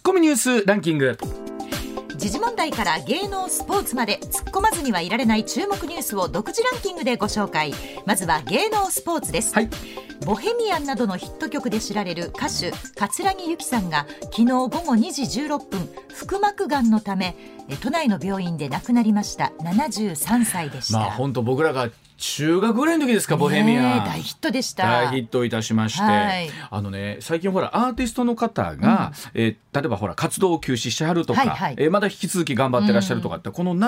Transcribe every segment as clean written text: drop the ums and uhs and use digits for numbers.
コミニュースランキング。 時事問題から芸能スポーツまで突っ込まずにはいられない注目ニュースを独自ランキングでご紹介。まずは芸能スポーツです、 はい、 ボヘミアンなどのヒット曲で知られる歌手葛城ユキさんが昨日午後2時16分腹膜がんのため都内の病院で亡くなりました。73歳でした。 本当僕らが中学ぐらいの時ですか、ボヘミアン大ヒットでした。 大ヒットいたしまして、はい、最近ほらアーティストの方が、例えばほら活動を休止してはるとか、はいはい、まだ引き続き頑張ってらっしゃるとかって、この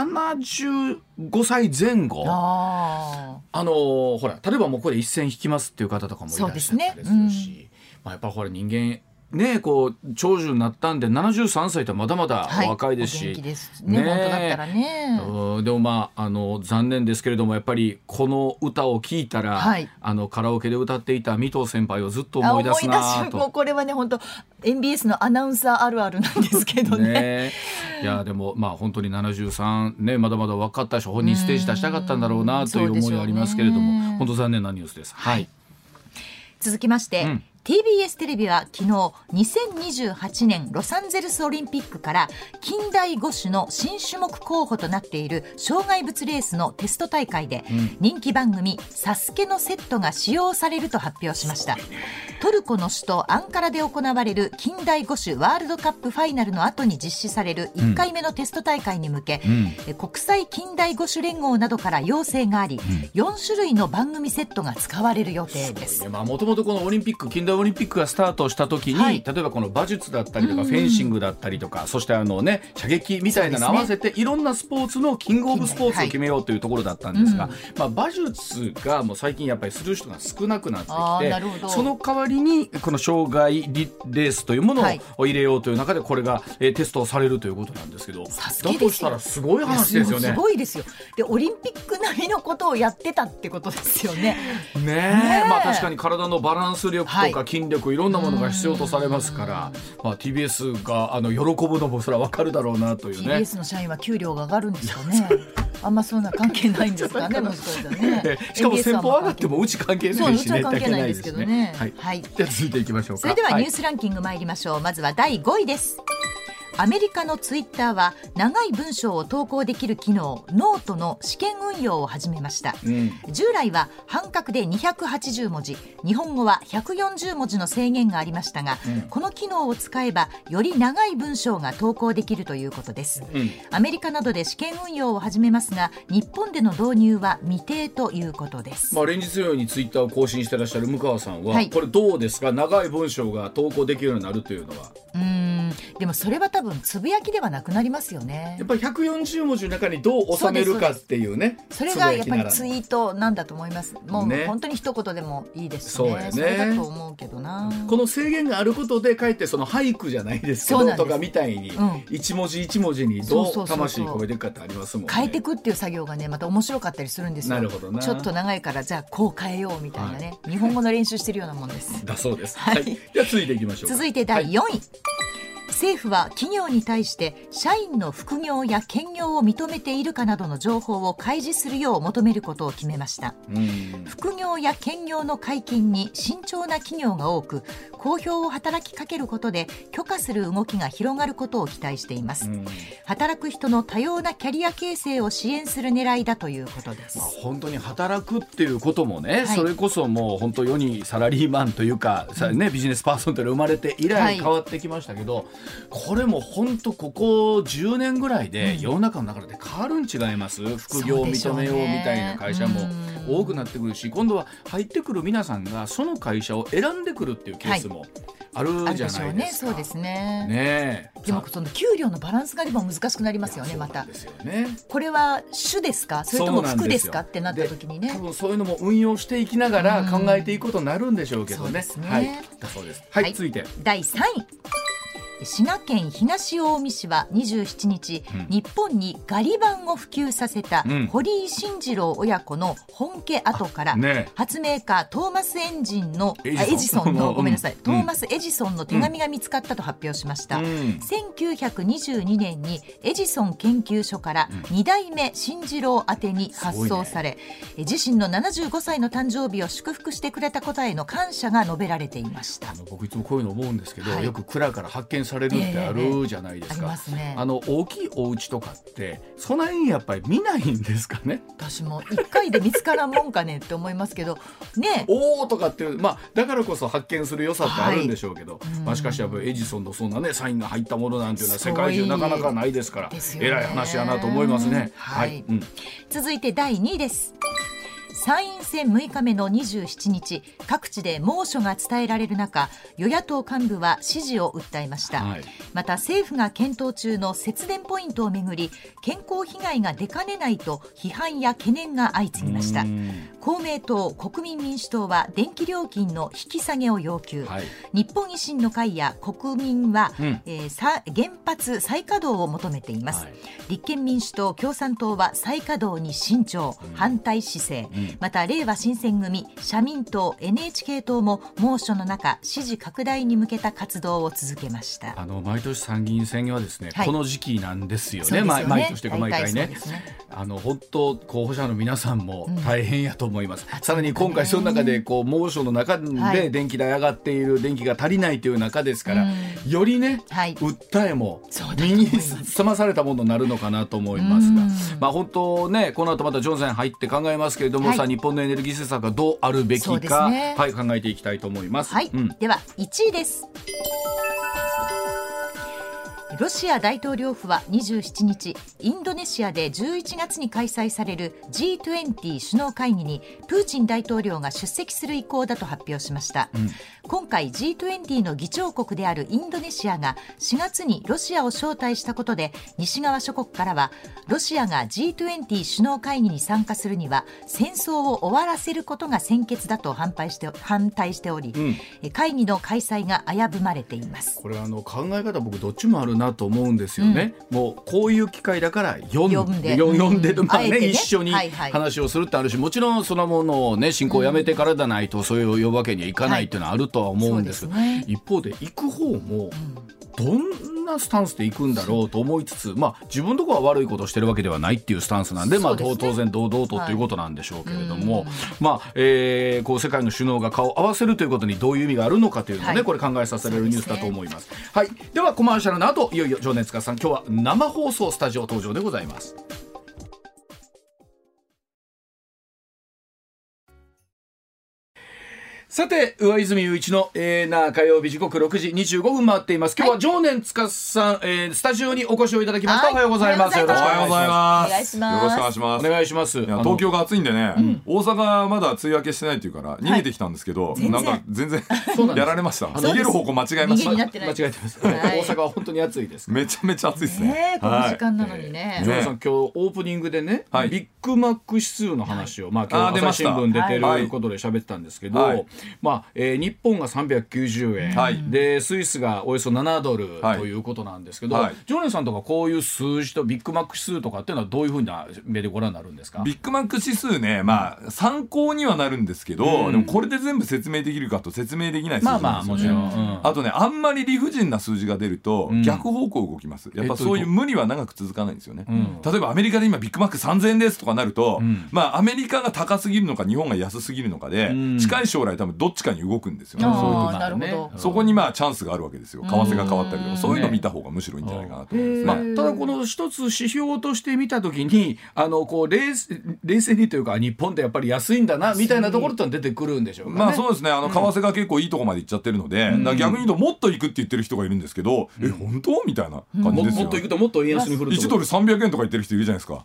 75歳前後ほら例えばもうここで一線引きますっていう方とかもいらっしゃったりするし、やっぱほら人間ね、こう長寿になったんで73歳ってまだまだ若いですし、 お元気ですね、本当だったらね。 でも残念ですけれども、やっぱりこの歌を聴いたら、はい、カラオケで歌っていた水戸先輩をずっと思い出すなと。 もうこれはね本当 MBS のアナウンサーあるあるなんですけど ねいやでも本当に73、ね、まだまだ若かったし、本人ステージ出したかったんだろうなという思いがありますけれども、本当残念なニュースです、はい、 続きまして、TBS テレビは昨日2028年ロサンゼルスオリンピックから近代五種の新種目候補となっている障害物レースのテスト大会で、人気番組サスケのセットが使用されると発表しました。トルコの首都アンカラで行われる近代五種ワールドカップファイナルの後に実施される1回目のテスト大会に向け、国際近代五種連合などから要請があり、4種類の番組セットが使われる予定です。 もともとこのオリンピック近代オリンピックがスタートした時に、はい、例えばこの馬術だったりとか、フェンシングだったりとか、そして射撃みたいなの合わせていろんなスポーツのキングオブスポーツを決めようというところだったんですが、馬術がもう最近やっぱりする人が少なくなってきて、その代わりにこの障害レースというものを入れようという中で、これがテストされるということなんですけど、だとしたらすごい話ですよね。 すごいですよ。でオリンピック並みのことをやってたってことですよね。 確かに体のバランス力とか筋力、いろんなものが必要とされますから、TBS が喜ぶのもそれは分かるだろうなというね。 TBS の社員は給料が上がるんですかね。あんまそんな関係ないんですかね。もしかしたらねしかも先方上がってもうち関係ないしね。 うちは関係ないですけどね。はい、 じゃあ続いていきましょうか。 それではニュースランキング参りましょう。まずは第5位です。アメリカのツイッターは長い文章を投稿できる機能ノートの試験運用を始めました、従来は半角で280文字、日本語は140文字の制限がありましたが、この機能を使えばより長い文章が投稿できるということです、アメリカなどで試験運用を始めますが、日本での導入は未定ということです。 連日のようにツイッターを更新してらっしゃる向川さんは、これどうですか、長い文章が投稿できるようになるというのは。 でもそれは多分つぶやきではなくなりますよね。 やっぱり140文字の中にどう収めるかっていうね。 それがやっぱりツイートなんだと思います。もう本当に一言でもいいですしね。それだと思うけどな。 この制限があることでかえってその俳句じゃないですけどとかみたいに、一文字一文字にどう魂込めていくかってありますもんね。 変えていくっていう作業がねまた面白かったりするんですよ。 なるほどな。 ちょっと長いからじゃあこう変えようみたいなね、日本語の練習してるようなもんです。 だそうです。はい。じゃあ続いていきましょう。 続いて第4位。政府は企業に対して社員の副業や兼業を認めているかなどの情報を開示するよう求めることを決めました。副業や兼業の解禁に慎重な企業が多く、公表を働きかけることで許可する動きが広がることを期待しています。働く人の多様なキャリア形成を支援する狙いだということです。 本当に働くっていうこともね、それこそもう本当世にサラリーマンというか、ビジネスパーソンというのが生まれて以来変わってきましたけど、これも本当ここ10年ぐらいで世の中の流れで変わるん違います。副業を認めようみたいな会社も多くなってくるし、今度は入ってくる皆さんがその会社を選んでくるっていうケースもあるじゃないですか。 そうですね。でもその給料のバランスがでも難しくなりますよね。またこれは主ですかそれとも副ですかってなった時にね、 多分そういうのも運用していきながら考えていくことになるんでしょうけどね。だそうです。続いて第3位。滋賀県東近江市は27日、日本にガリ版を普及させた堀井進次郎親子の本家跡から、発明家トーマス・エジソンのトーマス・エジソンの手紙が見つかったと発表しました。1922年にエジソン研究所から2代目進次郎宛てに発送され、自身の75歳の誕生日を祝福してくれたことへの感謝が述べられていました。 僕いつもこういうの思うんですけど、よく蔵から発見さされるってあるじゃないですか、 ありますね。 大きいお家とかってその辺やっぱり見ないんですかね。 私も1回で見つからんもんかねって思いますけどね。 おーとかっていう、だからこそ発見する良さってあるんでしょうけど、しかしやっぱりエジソンのそんなねサインが入ったものなんていうのは世界中なかなかないですから、偉い話やなと思いますね。 続いて第2位です。参院選6日目の27日、各地で猛暑が伝えられる中、与野党幹部は支持を訴えました。また政府が検討中の節電ポイントをめぐり、健康被害が出かねないと批判や懸念が相次ぎました。公明党、国民民主党は電気料金の引き下げを要求、日本維新の会や国民は、原発再稼働を求めています。立憲民主党、共産党は再稼働に慎重、反対姿勢。またれいわ新選組、社民党、NHK 党も猛暑の中支持拡大に向けた活動を続けました。 毎年参議院選はですね、この時期なんですよね。毎年というか毎回ね、本当候補者の皆さんも大変やと思います。さらに今回その中で猛暑の中で電気代上がっている、電気が足りないという中ですから、よりね、訴えも身につまされたものになるのかなと思いますが、本当ね、この後またジョンさん入って考えますけれども、日本のエネルギー政策がどうあるべきか、考えていきたいと思います。 では1位です。ロシア大統領府は27日、インドネシアで11月に開催される G20 首脳会議にプーチン大統領が出席する意向だと発表しました。今回 G20 の議長国であるインドネシアが4月にロシアを招待したことで、西側諸国からはロシアが G20 首脳会議に参加するには戦争を終わらせることが先決だと反対しており、会議の開催が危ぶまれています。 これ考え方僕どっちもあるなと思うんですよね。もうこういう機会だから読んで、一緒に話をするってあるし、もちろんそのものをね、進行をやめてからでないとそういう呼ぶわけにはいかないっていうのはあるとは思うんです。一方で行く方もどんなスタンスで行くんだろうと思いつつ、自分のところは悪いことをしてるわけではないっていうスタンスなんで、当然堂々とということなんでしょうけれども、こう世界の首脳が顔を合わせるということにどういう意味があるのかというのをね、これ考えさせられるニュースだと思います。ではコマーシャルの後、いよいよ情熱家さん、今日は生放送スタジオ登場でございます。さて、上泉雄一の火曜日、時刻6時25分回っています。今日は常念司さん、スタジオにお越しをいただきました。おはようございます。 よろしくお願いします。 お願いします。 よろしくお願いします。 お願いします。 東京が暑いんでね、大阪まだ梅雨明けしてないっていうから逃げてきたんですけど、なんか全然やられました。逃げる方向間違えました。 間違えてます。大阪は本当に暑いです。 めちゃめちゃ暑いですね。 この時間なのにね。 常念さん、今日オープニングでね、ビッグマック指数の話を、今日朝日新聞出てることで喋ってたんですけど、日本が390円、でスイスがおよそ7ドルということなんですけど、常連さんとかこういう数字とビッグマック指数とかっていうのはどういうふうな目でご覧になるんですか？ ビッグマック指数ね、参考にはなるんですけど、でもこれで全部説明できるかと説明できない数字なんですよね。あとね、あんまり理不尽な数字が出ると逆方向動きます。やっぱそういう無理は長く続かないんですよね。例えばアメリカで今ビッグマック3000円ですとかなると、アメリカが高すぎるのか日本が安すぎるのかで、近い将来多分どっちかに動くんですよね。 なるほど。 そこにチャンスがあるわけですよ。為替が変わったりとか、そういうのを見た方がむしろいいんじゃないかなと思いますね。 ただこの一つ指標として見たときにこう冷静にというか、日本ってやっぱり安いんだなみたいなところって出てくるんでしょうかね。 そうですね。為替が結構いいところまで行っちゃってるので、逆に言うともっと行くって言ってる人がいるんですけど、本当みたいな感じですよ。 もっと行くともっと円安に振ると 1ドル300円とか言ってる人いるじゃないですか。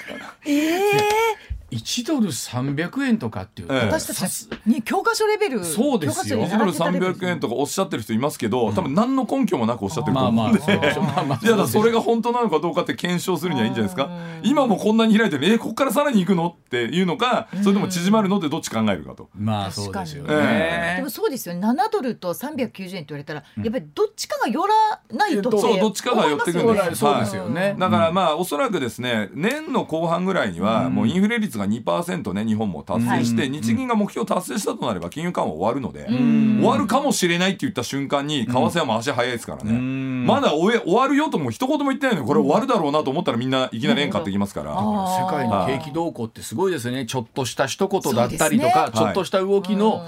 1ドル300円とかっていうと、 私たちに教科書レベル、 そうですよ。 1ドル300円とかおっしゃってる人いますけど、多分何の根拠もなくおっしゃってると思うんで、いやそれが本当なのかどうかって検証するにはいいんじゃないですか。今もこんなに開いてる、ここからさらに行くのっていうのか、それとも縮まるのでどっち考えるかと。 そうですよね。 でもそうですよね。7ドルと390円って言われたら、やっぱりどっちかが寄らないとって、 そう、どっちかが寄ってくるんです。 そうですよね。 だからおそらくですね、年の後半ぐらいにはもうインフレ率が 2% ね、日本も達成して、日銀が目標達成したとなれば金融緩和終わるので、終わるかもしれないって言った瞬間に為替はもう足早いですからね。まだ終わるよとも一言も言ってないのに、これ終わるだろうなと思ったらみんないきなり円買ってきますから。 世界の景気動向ってすごいごいですね。ちょっとした一言だったりとか、ちょっとした動きの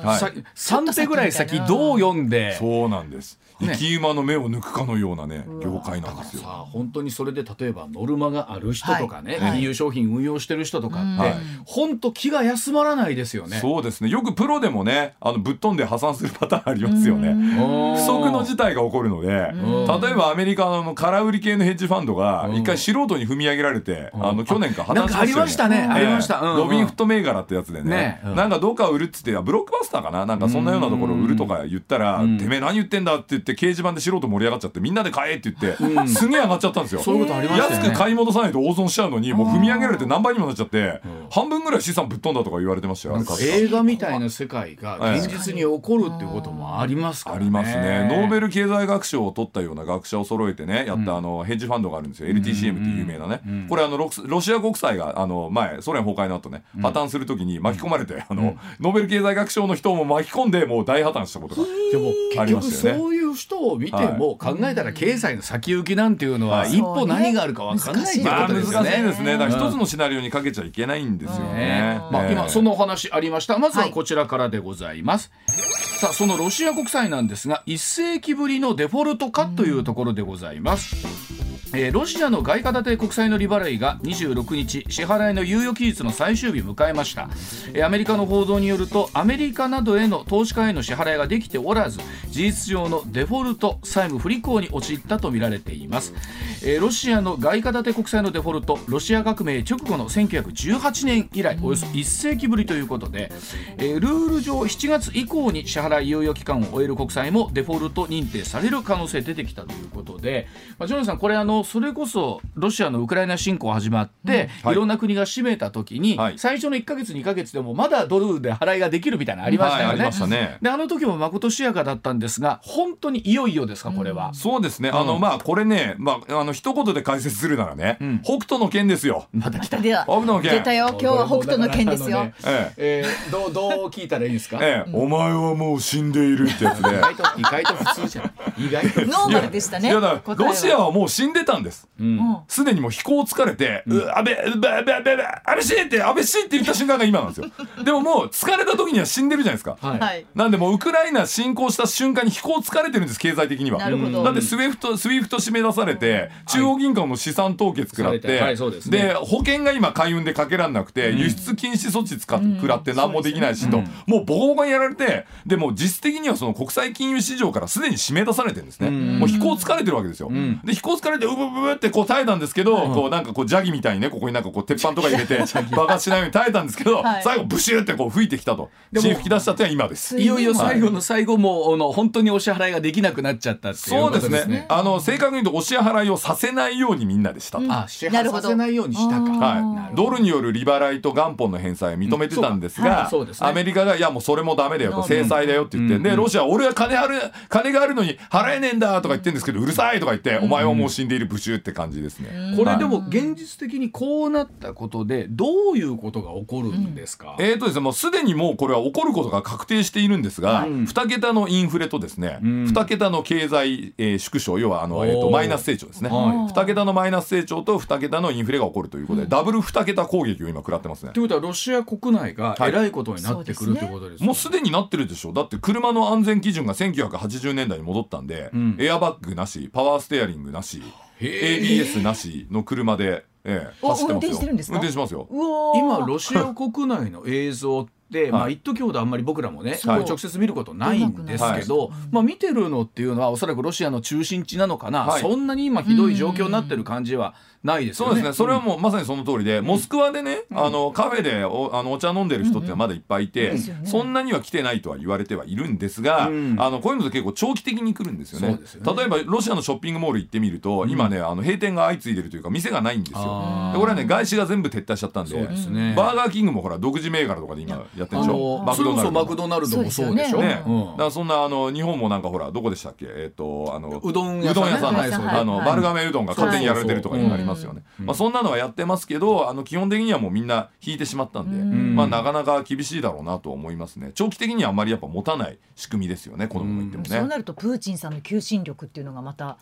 3手ぐらい先どう読んで、 そうなんです。生き馬の目を抜くかのようなね業界なんですよ。 さあ本当にそれで例えばノルマがある人とかね、金融商品運用してる人とかって本当気が休まらないですよね。 そうですね。よくプロでもねぶっ飛んで破産するパターンありますよね。不測の事態が起こるので、例えばアメリカの空売り系のヘッジファンドが一回素人に踏み上げられて去年か破綻しましたよね。 なんかありましたね。ありました。 ロビンフット銘柄ってやつでね、なんかどっかを売るっつってブロックバスターかな、なんかそんなようなところを売るとか言ったら、てめえ何言ってんだって言って掲示板で素人盛り上がっちゃってみんなで買えって言って、すげえ上がっちゃったんですよ。 そういうことありましたね。 安く買い戻さないと大損しちゃうのにもう踏み上げられて何倍にもなっちゃって、半分ぐらい資産ぶっ飛んだとか言われてましたよ。 なんか映画みたいな世界が現実に起こるっていうこともありますからね。 ありますね。ノーベル経済学賞を取ったような学者を揃えてねやったヘッジファンドがあるんですよ。 LTCM っていう有名なね、これロシア国債が前ソ連崩壊の後ね破綻するときに巻き込まれてノーベル経済学賞の人も巻き込んでもう大破綻したことがありましたよね。 そういう人を見ても考えたら経済の先行きなんていうのは一歩何があるか分からないっていうことですよね。 難しいですね。だから一つのシナリオにかけちゃいけないんですよね。 今そのお話ありました。まずはこちらからでございます。さあそのロシア国債なんですが1世紀ぶりのデフォルト化というところでございます。ロシアの外貨建て国債の利払いが26日支払いの猶予期日の最終日を迎えました。アメリカの報道によるとアメリカなどへの投資家への支払いができておらず事実上のデフォルト債務不履行に陥ったとみられています。ロシアの外貨建て国債のデフォルトロシア革命直後の1918年以来およそ1世紀ぶりということで、ルール上7月以降に支払い猶予期間を終える国債もデフォルト認定される可能性出てきたということで、ジョナさんこれそれこそロシアのウクライナ侵攻始まって、いろんな国が閉めた時に、最初の1ヶ月2ヶ月でもまだドルで払いができるみたいなのありましたよね。 ありましたね。 で時もまことしやかだったんですが本当にいよいよですかこれは。 そうですね。これね、一言で解説するならね、北斗の拳ですよ。 また来た。 北斗の拳出たよ。今日は北斗の拳ですよ。 どう聞いたらいいんですか。 お前はもう死んでいるってやつで意外と普通じゃん。意外とノーマルでしたね。 ロシアはもう死んでたんです。すでにもう飛行疲れて、安倍氏って言った瞬間が今なんですよ。でももう疲れた時には死んでるじゃないですか。なんでもうウクライナ侵攻した瞬間に飛行疲れてるんです経済的には。だってスイフト締め出されて、中央銀行の資産凍結食らって、で保険が今海運でかけらんなくて、輸出禁止措置食らって何もできないしと、もうボコボコにやられて、でも実質的にはその国際金融市場からすでに締め出されてるんですね。もう飛行疲れてるわけですよ。で飛行疲れてうぶぶぶってこう耐えたんですけど、こうなんかこうジャギみたいにねここになんかこう鉄板とか入れて爆発しないように耐えたんですけど、最後ブシューってこう吹いてきたと血吹き出したってのは今です。 いよいよ最後の最後も本当にお支払いができなくなっちゃったっていうことですね。 そうですね。正確に言うとお支払いをさせないようにみんなでしたと。 支払いさせないようにしたか。 ドルによる利払いと元本の返済を認めてたんですが、アメリカがいやもうそれもダメだよと制裁だよって言って、でロシア俺は金があるのに払えねえんだとか言ってるんですけど、うるさいとか言ってお前はもう死んでいるブシューって感じですね。 これでも現実的にこうなったことでどういうことが起こるんですか。 ですね、もうすでにもうこれは起こることが確定しているんですが、2桁のインフレとですね、2桁の経済縮小、要はマイナス成長ですね。2桁のマイナス成長と2桁のインフレが起こるということで、ダブル2桁攻撃を今食らってますね。 ということはロシア国内がえらいことになってくるということですね。 もうすでになってるでしょ。だって車の安全基準が1980年代に戻ったんで、エアバッグなし、パワーステアリングなし、ABS なしの車で、走ってますよ。 運転してるんですか。 運転しますよ。 今ロシア国内の映像って一時ほどあんまり僕らもね直接見ることないんですけど、見てるのっていうのはおそらくロシアの中心地なのかな。そんなに今ひどい状況になってる感じはないですよね。 そうですね。それはもうまさにその通りで、モスクワでねカフェでお茶飲んでる人ってまだいっぱいいて、そんなには来てないとは言われてはいるんですが、こういうのって結構長期的に来るんですよね。例えばロシアのショッピングモール行ってみると、今ね閉店が相次いでるというか店がないんですよ。でこれはね外資が全部撤退しちゃったんで、バーガーキングもほら独自銘柄とかで今やってるでしょ。 マクドナルドもそうでしょ。 だからそんな日本もなんかほらどこでしたっけ、うどん屋さん丸亀うどんが勝手にやられてるとかになりますよね。そんなのはやってますけど、基本的にはもうみんな引いてしまったんで、なかなか厳しいだろうなと思いますね。長期的にはあんまりやっぱ持たない仕組みですよね、このままいってもね。 そうなるとプーチンさんの求心力っていうのがまた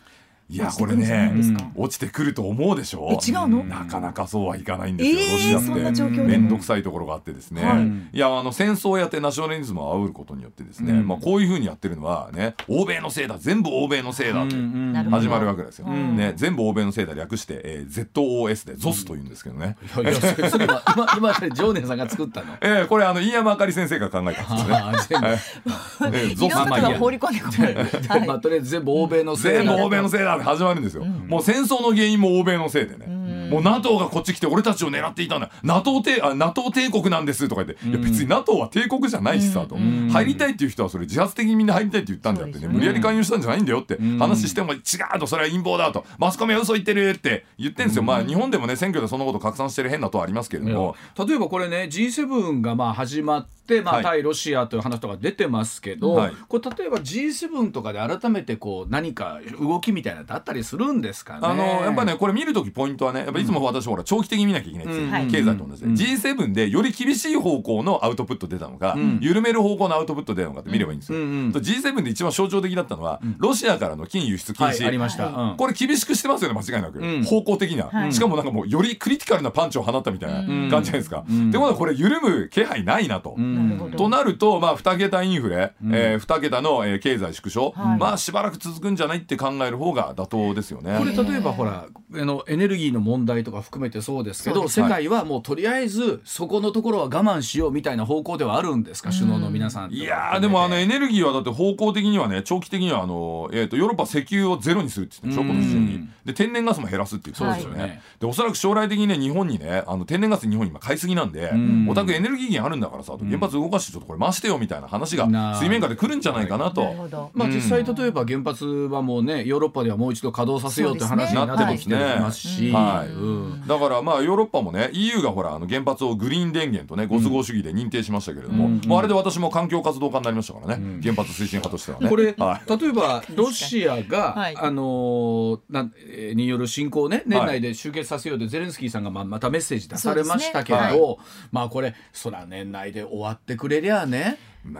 いやこれね落ちてくると思うでしょ。 違うの？ なかなかそうはいかないんですよ、ロシアって。 そんな状況で面倒くさいところがあってですね、いや戦争をやってナショナリズムを煽ることによってですね、こういうふうにやってるのはね、欧米のせいだ、全部欧米のせいだって始まるわけですよ、ね、全部欧米のせいだ略して、ZOS で ZOS というんですけどね。 いやそれ今常念さんが作ったの？ これ飯山あかり先生が考えたんですよね。 いろんなことが放り込んでこない。 とりあえず全部欧米のせいだ、 全部欧米のせいだって始まるんですよ、もう戦争の原因も欧米のせいでね、もう NATO がこっち来て俺たちを狙っていたんだ、 NATO 帝国なんですとか言って、いや別に NATO は帝国じゃないしさと、入りたいっていう人はそれ自発的にみんな入りたいって言ったんであってね、無理やり介入したんじゃないんだよって話しても、違うと、それは陰謀だと、マスコミは嘘言ってるって言ってるんですよ。まあ日本でもね選挙でそんなこと拡散してる変な党はありますけれども、 例えばこれね G7 が始まって、対ロシアという話とか出てますけど、これ例えば G7 とかで改めてこう何か動きみたいなのってあったりするんですかね。 やっぱねこれ見るときポイントはね、やっぱいつも私ほら長期的に見なきゃいけないですよ、経済と同じで、G7 でより厳しい方向のアウトプット出たのか、緩める方向のアウトプット出たのかって見ればいいんですよ、G7 で一番象徴的だったのは、ロシアからの金輸出禁止、 ありました、 これ厳しくしてますよね、間違いなく、方向的な、しかもなんかもうよりクリティカルなパンチを放ったみたいな感じじゃないですか、ってことはこれ緩む気配ないなと、となると2桁インフレ、2桁の経済縮小、しばらく続くんじゃないって考える方が妥当ですよね。 これ例えばほらエネルギーの問題とか含めてそうですけど、世界はもうとりあえずそこのところは我慢しようみたいな方向ではあるんですか、首脳の皆さん。 いやでもエネルギーはだって方向的にはね、長期的にはヨーロッパ石油をゼロにするって言ってるでしょ、この時に。で天然ガスも減らすって言ってるんですよね、でおそらく将来的にね日本にね天然ガス日本に今買いすぎなんで、お宅エネルギー源あるんだからさ、原発動かしてちょっとこれ回してよみたいな話が水面下で来るんじゃないかなと。 実際例えば原発はもうねヨーロッパではもう一度稼働させようという話になってきてますし、 だからヨーロッパもね EU がほら原発をグリーン電源とねご都合主義で認定しましたけれども、もうあれで私も環境活動家になりましたからね、原発推進派としてはね。 これ、例えばロシアが、による侵攻をね年内で終結させようとゼレンスキーさんがまたメッセージ出されましたけど、これそら年内で終わってくれりゃね、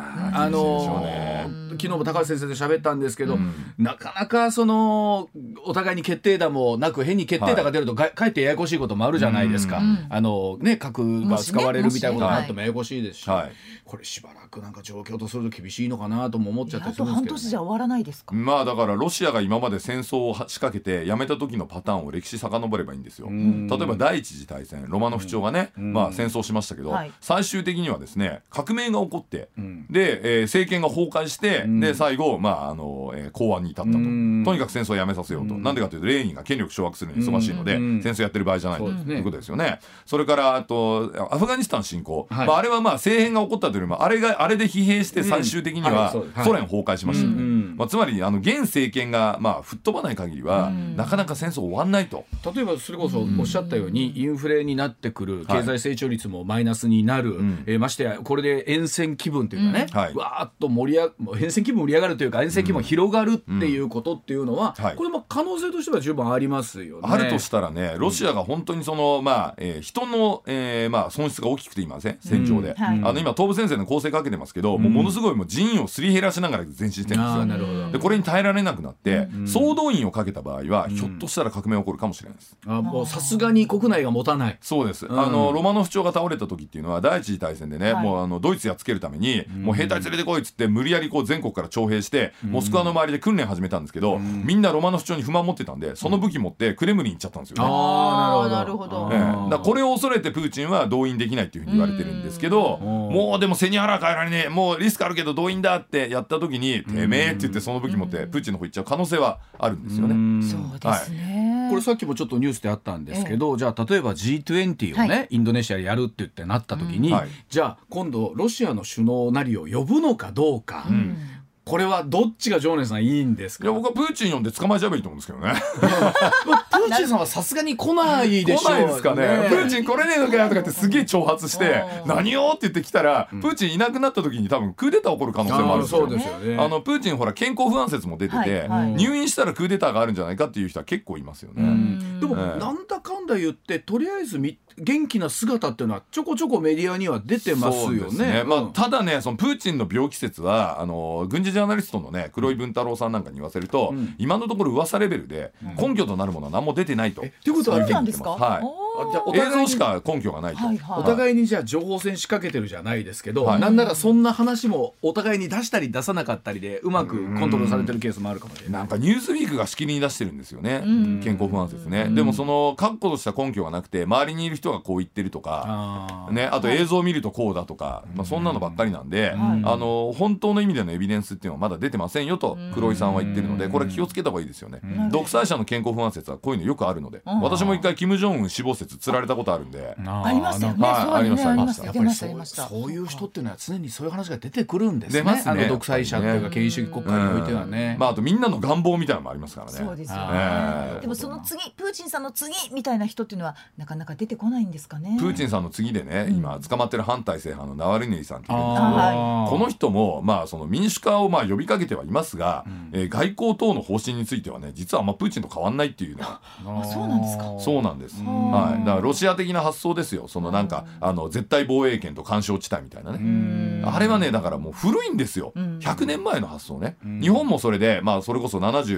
昨日も高橋先生と喋ったんですけど、なかなかお互いに決定打もなく変に決定打が出るとかえってややこしいこともあるじゃないですか、核が使われるみたいなことになってもややこしいですし、これしばらくなんか状況とすると厳しいのかなとも思っちゃったりするんですけど、 半年じゃ終わらないですか。 だからロシアが今まで戦争を仕掛けてやめた時のパターンを歴史遡ればいいんですよ。例えば第一次大戦ロマノフ朝がね、戦争しましたけど、最終的にはですね革命が起こって、で、政権が崩壊して、で最後、公安に至ったと、とにかく戦争をやめさせようと、なんでかというとレーニンが権力掌握するのに忙しいので、戦争やってる場合じゃないということですよね。それからアフガニスタン侵攻、あれは政変が起こったというよりもあれで疲弊して最終的にはソ連崩壊しましたよね。つまり現政権が吹っ飛ばない限りは、なかなか戦争終わんないと。 例えばそれこそおっしゃったように、インフレになってくる、経済成長率もマイナスになる、ましてやこれで厭戦気分というかね、わーっと厭戦気分盛り上がるというか厭戦気分広がるっていうことっていうのは、これも可能性としては十分ありますよね。 あるとしたらね、ロシアが本当に人の、損失が大きくていません戦場で、今東部戦線の攻勢かけてますけど、ものすごい人員をすり減らしながら前進してるんですよ。でこれに耐えられなくなって、総動員をかけた場合は、ひょっとしたら革命が起こるかもしれないです。 もうさすがに国内が持たない。 そうです、ロマノフ朝が倒れた時っていうのは第一次大戦でね、もうドイツやっつけるためにもう兵隊連れてこいっつって無理やり全国から徴兵してモスクワの周りで訓練始めたんですけど、みんなロマノフ朝に不満持ってたんで、その武器持ってクレムリン行っちゃったんですよね。 なるほど。 だからこれを恐れてプーチンは動員できないっていうふうに言われてるんですけど、もうでも背に腹変えられねえ、もうリスクあるけど動員だってやった時に、てめえって言ってその武器持ってプーチンの方行っちゃう可能性はあるんですよね。 そうですね、 これさっきもちょっとニュースであったんですけど、じゃあ例えば G20 をね、インドネシアでやるって言ってなった時に、じゃあ今度ロシアの首脳なりを呼ぶのかどうか、これはどっちが常連さんいいんですか。 いや僕はプーチン呼んで捕まえちゃえばいいと思うんですけどね。 プーチンさんはさすがに来ないでしょう。 来ないですかね。プーチン来れねえのかよとかってすげえ挑発して何をって言ってきたら、プーチンいなくなった時に多分クーデター起こる可能性もあるんですよ。 そうですよね。 プーチンほら健康不安説も出てて、入院したらクーデターがあるんじゃないかっていう人は結構いますよね。 でもなんだかんんだ言ってとりあえず元気な姿っていうのはちょこちょこメディアには出てますよね。 そうですね、ただね、そのプーチンの病気説は軍事ジャーナリストのね黒井文太郎さんなんかに言わせると、今のところ噂レベルで根拠となるものは何も出てないと。 ということはそうなんですか。 はい、じゃあ映像しか根拠がないと、 お互いにじゃあ情報戦仕掛けてるじゃないですけど、なんならそんな話もお互いに出したり出さなかったりでうまくコントロールされてるケースもあるかもしれない。 なんかニュースウィークがしきりに出してるんですよね、健康不安説ね。でもその確固とした根拠がなくて周りにいる人がこう言ってるとかね、あと映像を見るとこうだとか、そんなのばっかりなんで、本当の意味でのエビデンスっていうのはまだ出てませんよと黒井さんは言ってるので、これ気をつけた方がいいですよね。独裁者の健康不安説はこういうのよくあるので、私も一回金正恩死亡説つられたことあるんで。 ありますよね。 ありましたやっぱりそういう人っていうのは常にそういう話が出てくるんですね。出ますね、独裁者っていうか権威主義国家においてはね。 あとみんなの願望みたいなのもありますからね。 そうですよね。でもその次プーチンさんの次みたいな人っていうのはなかなか出てこないんですかね。 プーチンさんの次でね、今捕まってる反体制派のナワリヌイさんっていうんですけど、この人もその民主化を呼びかけてはいますが、外交等の方針についてはね実はあんまプーチンと変わんないっていうのは。 そうなんですか。 そうなんです。はい、だからロシア的な発想ですよ。そのなんか絶対防衛権と干渉地帯みたいなね。あれはねだからもう古いんですよ。100年前の発想ね。日本もそれでそれこそ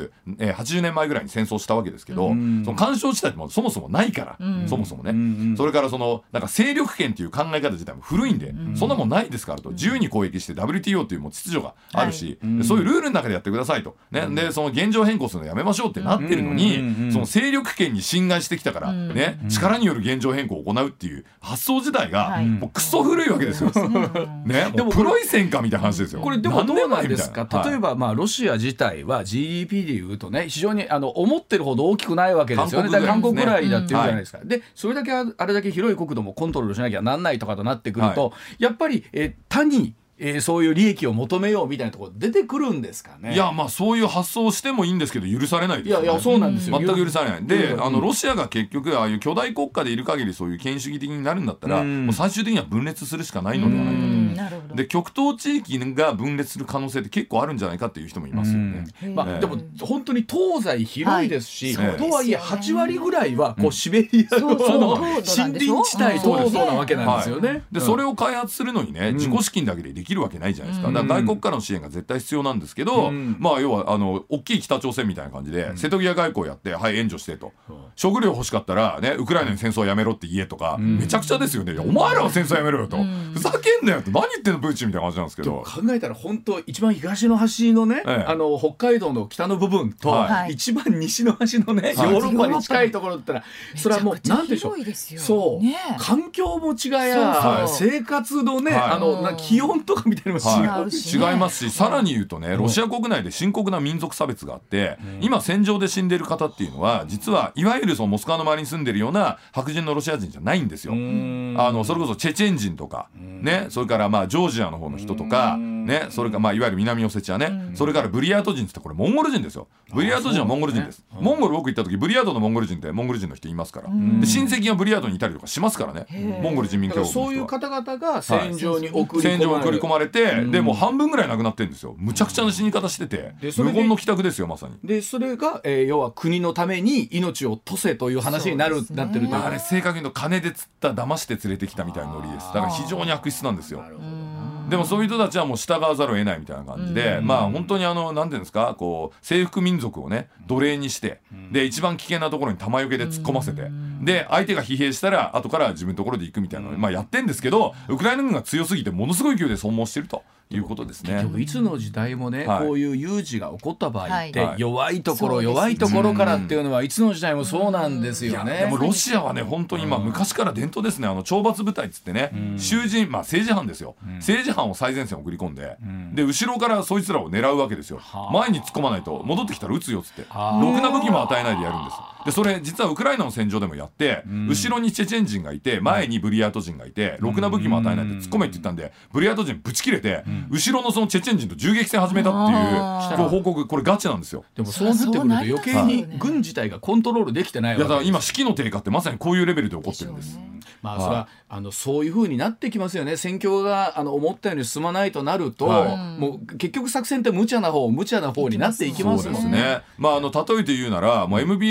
70、80年前ぐらいに戦争したわけですけど、その干渉地帯もそもそもないから、そもそもね。それからそのなんか勢力圏っていう考え方自体も古いんで、そんなもんないですからと。自由に攻撃して WTO っていうもう秩序があるし、そういうルールの中でやってくださいとね。でその現状変更するのやめましょうってなってるのに、その勢力圏に侵害してきたからね、力による現状変更を行うっていう発想自体がもうクソ古いわけですよ。ね、でもプロイセンかみたいな話ですよ。 これでもどうなんですか。例えばロシア自体は GDP でいうとね非常に思ってるほど大きくないわけですよね。韓国ぐらいだっていうじゃないですか。でそれだけあれだけ広い国土もコントロールしなきゃなんないとかとなってくると、やっぱり他にそういう利益を求めようみたいなところ出てくるんですかね。 いやそういう発想をしてもいいんですけど許されないですよね。 いやそうなんですよ。 全く許されない。でロシアが結局ああいう巨大国家でいる限りそういう権威主義的になるんだったらもう最終的には分裂するしかないのではないかと。で極東地域が分裂する可能性って結構あるんじゃないかっていう人もいますよね。 でも本当に東西広いですし、とはいえ8割ぐらいはこうシベリアの森林地帯とそうなわけなんですよね。 でそれを開発するのにね自己資金だけでできるわけないじゃないですか。だから外国からの支援が絶対必要なんですけど、要は大きい北朝鮮みたいな感じで瀬戸際外交やってはい援助してと、食料欲しかったらねウクライナに戦争やめろって言えとか、めちゃくちゃですよね。お前らは戦争やめろよと、ふざけんなよって何言ってんのプーチンみたいな感じなんですけど、 考えたら本当一番東の端のね、北海道の北の部分と、一番西の端のね、ヨーロッパに近いところだったらそれはもう何でしょう、そう環境も違や生活のね気温とかみたいなのも違いますし、さらに言うとねロシア国内で深刻な民族差別があって、今戦場で死んでる方っていうのは実はいわゆるそのモスクワの周りに住んでるような白人のロシア人じゃないんですよ。それこそチェチェン人とかね、それからジョージアの方の人とかね、それからいわゆる南オセチアね、それからブリヤート人ってこれモンゴル人ですよ。ブリヤート人はモンゴル人です。モンゴル僕行った時ブリヤートのモンゴル人ってモンゴル人の人いますから、で親戚がブリヤートにいたりとかしますからね、モンゴル人民共和国の人は。 そういう方々が戦場に送り込まれて、でもう半分ぐらい亡くなってるんですよ。むちゃくちゃな死に方してて、無言の帰宅ですよまさに。 でそれが、要は国のために命を賭せという話になってるという。 あれ正確に言うと金で釣った騙して連れてきたみたいなノリです。だから非常に悪質なんですよ。でもそういう人たちはもう従わざるを得ないみたいな感じで、本当になんていうんですか、こう征服民族をね奴隷にして、で一番危険なところに弾よけで突っ込ませて、で相手が疲弊したら後から自分のところで行くみたいなのをやってんですけど、ウクライナ軍が強すぎてものすごい勢いで損耗してるということですね。 結局いつの時代もね、こういう有事が起こった場合って、弱いところからっていうのはいつの時代もそうなんですよね。 でもロシアはね本当に昔から伝統ですね。懲罰部隊っつってね、囚人政治犯ですよ、政治犯を最前線送り込んで、で後ろからそいつらを狙うわけですよ。前に突っ込まないと戻ってきたら撃つよっつって、ろくな武器も与えないでやるんです。でそれ実はウクライナの戦場でもやって、後ろにチェチェン人がいて前にブリヤート人がいて、ろくな武器も与えないで突っ込めって言ったんで、ブリヤート人ぶち切れて、後ろのそのチェチェン人と銃撃戦始めたっていう報告、これガチなんですよ。 でもそうなってくると余計に軍自体がコントロールできてないわけです。 いやだから今士気の低下ってまさにこういうレベルで起こってるんです。 それはそういう風になってきますよね。戦況が思ったように進まないとなると、もう結局作戦って無茶な方になっていきますもんね。 そうですね。例えて言うならもう MBS の社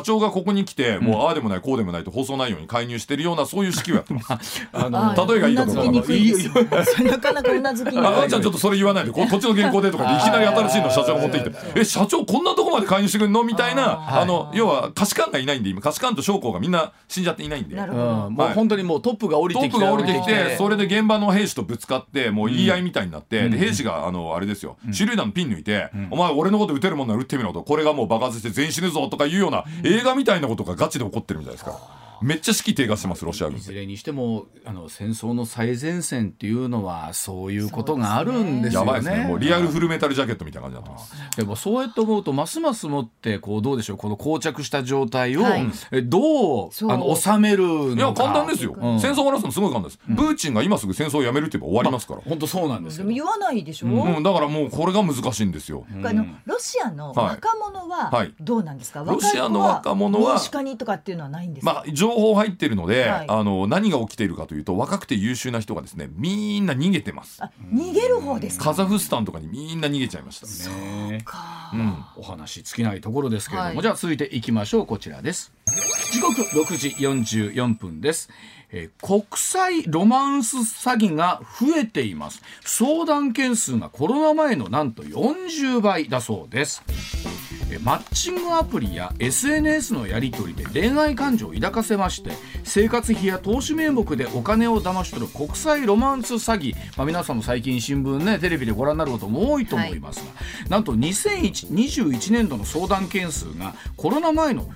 長がここに来て、もうああでもないこうでもないと放送内容に介入してるようなそういう式をやってます例えがいいかどうかなかなかうなずきにくい。 あーちゃんちょっとそれ言わないで こっちの原稿でとかでいきなり新しいの社長が持ってきて社長こんなとこまで介入してくるのみたいな要は可視官がいないんで今可視官と将校がみんな死んじゃっていないんでもう本当にもうトップが降りてきてそれで現場の兵士とぶつかってもう言い合いみたいになって、で兵士があれですよ手榴弾ピン抜いて、お前俺のこと撃てるもんなら撃ってみろと、これがもう爆発して全員死ぬぞとかいうような映画みたいなことがガチで起こってるみたいですから。めっちゃ士気低下してますロシア軍。 いずれにしても戦争の最前線っていうのはそういうことがあるんですよね。 やばいですね。もうリアルフルメタルジャケットみたいな感じになってます。 でもそうやって思うとますますもってこうどうでしょう、この膠着した状態を、どう収めるのか。 いや簡単ですよ、戦争を終わらすのすごい簡単です、プーチンが今すぐ戦争をやめるって言えば終わりますから。 本当そうなんですよ。 でも言わないでしょ、 だからもうこれが難しいんですよ。 ロシアの若者はどうなんですか。 ロシアの若者は民主化にとかっていうのはないんですか。 情報入ってるので、何が起きているかというと、若くて優秀な人がですねみんな逃げてます。 逃げる方ですか。 カザフスタンとかにみんな逃げちゃいました。 そうか、お話尽きないところですけれども、じゃあ続いていきましょう。こちらです。時刻6時44分です。国際ロマンス詐欺が増えています。相談件数がコロナ前のなんと40倍だそうです。マッチングアプリや SNS のやり取りで恋愛感情を抱かせまして、生活費や投資名目でお金を騙し取る国際ロマンス詐欺、皆さんも最近新聞ねテレビでご覧になることも多いと思いますが、なんと2021年度の相談件数がコロナ前の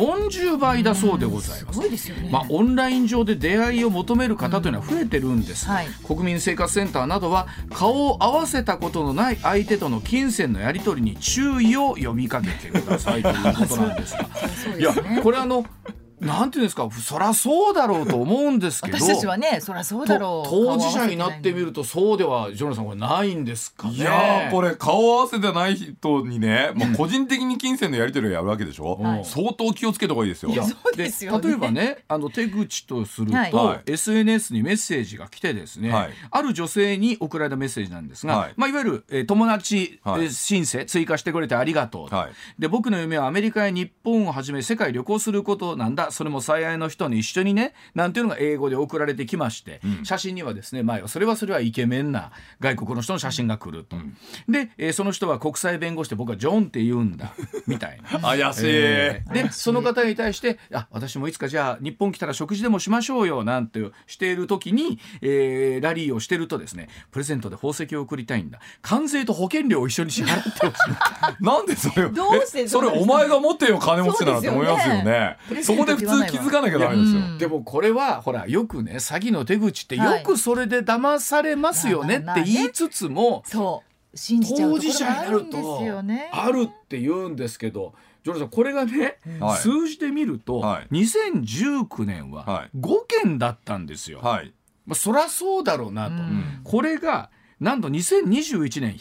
40倍だそうでございます。 すごいですよね。 オンライン上で出会いを求める方というのは増えてるんです、国民生活センターなどは顔を合わせたことのない相手との金銭のやり取りに注意を呼びかけてくださいということなんですがいやこれなんていうんですか、そりゃそうだろうと思うんですけど私たちはねそりゃそうだろう当事者になってみるとそうではジョナさんこれないんですかね。 いやこれ顔合わせてない人にね、個人的に金銭のやり取りをやるわけでしょ、相当気をつけた方がいいですよ。 そうですよね。 例えばね手口とすると、SNS にメッセージが来てですね、ある女性に送られたメッセージなんですが、いわゆる、友達、申請追加してくれてありがとう、で僕の夢はアメリカや日本をはじめ世界旅行することなんだ、それも最愛の人に一緒にねなんていうのが英語で送られてきまして、写真にはですねそれはイケメンな外国の人の写真が来ると、で、その人は国際弁護士で僕はジョンって言うんだみたいな怪しい、 でその方に対して私もいつかじゃあ日本来たら食事でもしましょうよなんてしている時に、ラリーをしてるとですねプレゼントで宝石を送りたいんだ、関税と保険料を一緒に支払ってほしいなんでそれをどうしてそれお前が持ってよ金持ちならと思いますよね。そこで普通気づかなきゃダメですよ。 でもこれはほらよくね詐欺の手口ってよくそれで騙されますよねって言いつつも、 信じちゃう当事者になるとあるって言うんですけど、ジョナさんこれがね、数字で見ると、2019年は5件だったんですよ。そりゃそうだろうなと、これがなんと2021年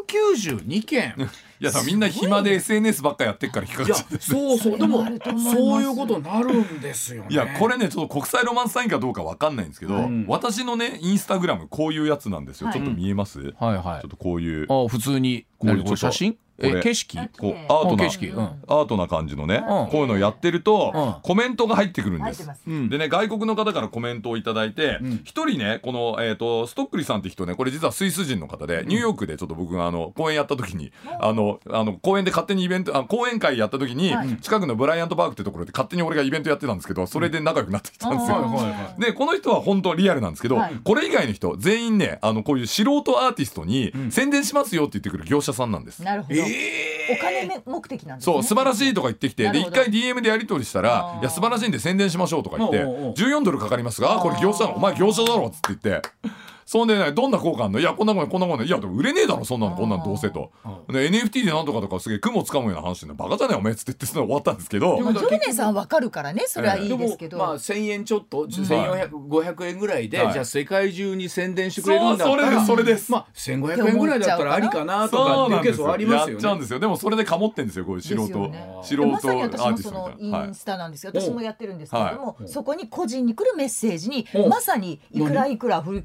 192件いやみんな暇で SNS ばっかやってっから引っかかっちゃうんです。 そうでもそういうことになるんですよね。 いやこれねちょっと国際ロマンス詐欺かどうか分かんないんですけど、私のねインスタグラムこういうやつなんですよ。ちょっと見えます？ちょっとこういう普通にこういう写真景色こうアートな感じのね、こういうのをやってると、コメントが入ってくるんです。でね外国の方からコメントをいただいて、一人ねこの、ストックリさんって人ね、これ実はスイス人の方で、ニューヨークでちょっと僕が公演やった時に公演で勝手にイベント講演会やった時に、近くのブライアントパークってところで勝手に俺がイベントやってたんですけど、それで仲良くなってきたんですよ。でこの人は本当リアルなんですけど、これ以外の人全員ねこういう素人アーティストに宣伝しますよって言ってくる業者さんなんです。 なるほど。お金目的なんですね。 そう素晴らしいとか言ってきて、で一回 DM でやり取りしたら、いや素晴らしいんで宣伝しましょうとか言って14ドルかかりますが、これ業者お前業者だろっつって言って、そんでねどんな効果あんの、いやこんなもんいやでも売れねえだろそんなのこんなんどうせと、で NFT でなんとかとかすげえ雲つかむような話でバカじゃないお前っつって言ってその終わったんですけど、 でもジョネさん分かるからねそれはいいですけど、 1000円ちょっと1400円ぐらいで、じゃあ世界中に宣伝してくれるんだったらそれです。 1500円ぐらいだったらありかなとかっていうケースはありますよね。 やっちゃうんですよ。でもそれでかもってんですよこういう素人まさに私もそのインスタなんですよ。私もやってるんですけども、そこに個人に来るメッセージにまさにいくらいくら振り込んでくれ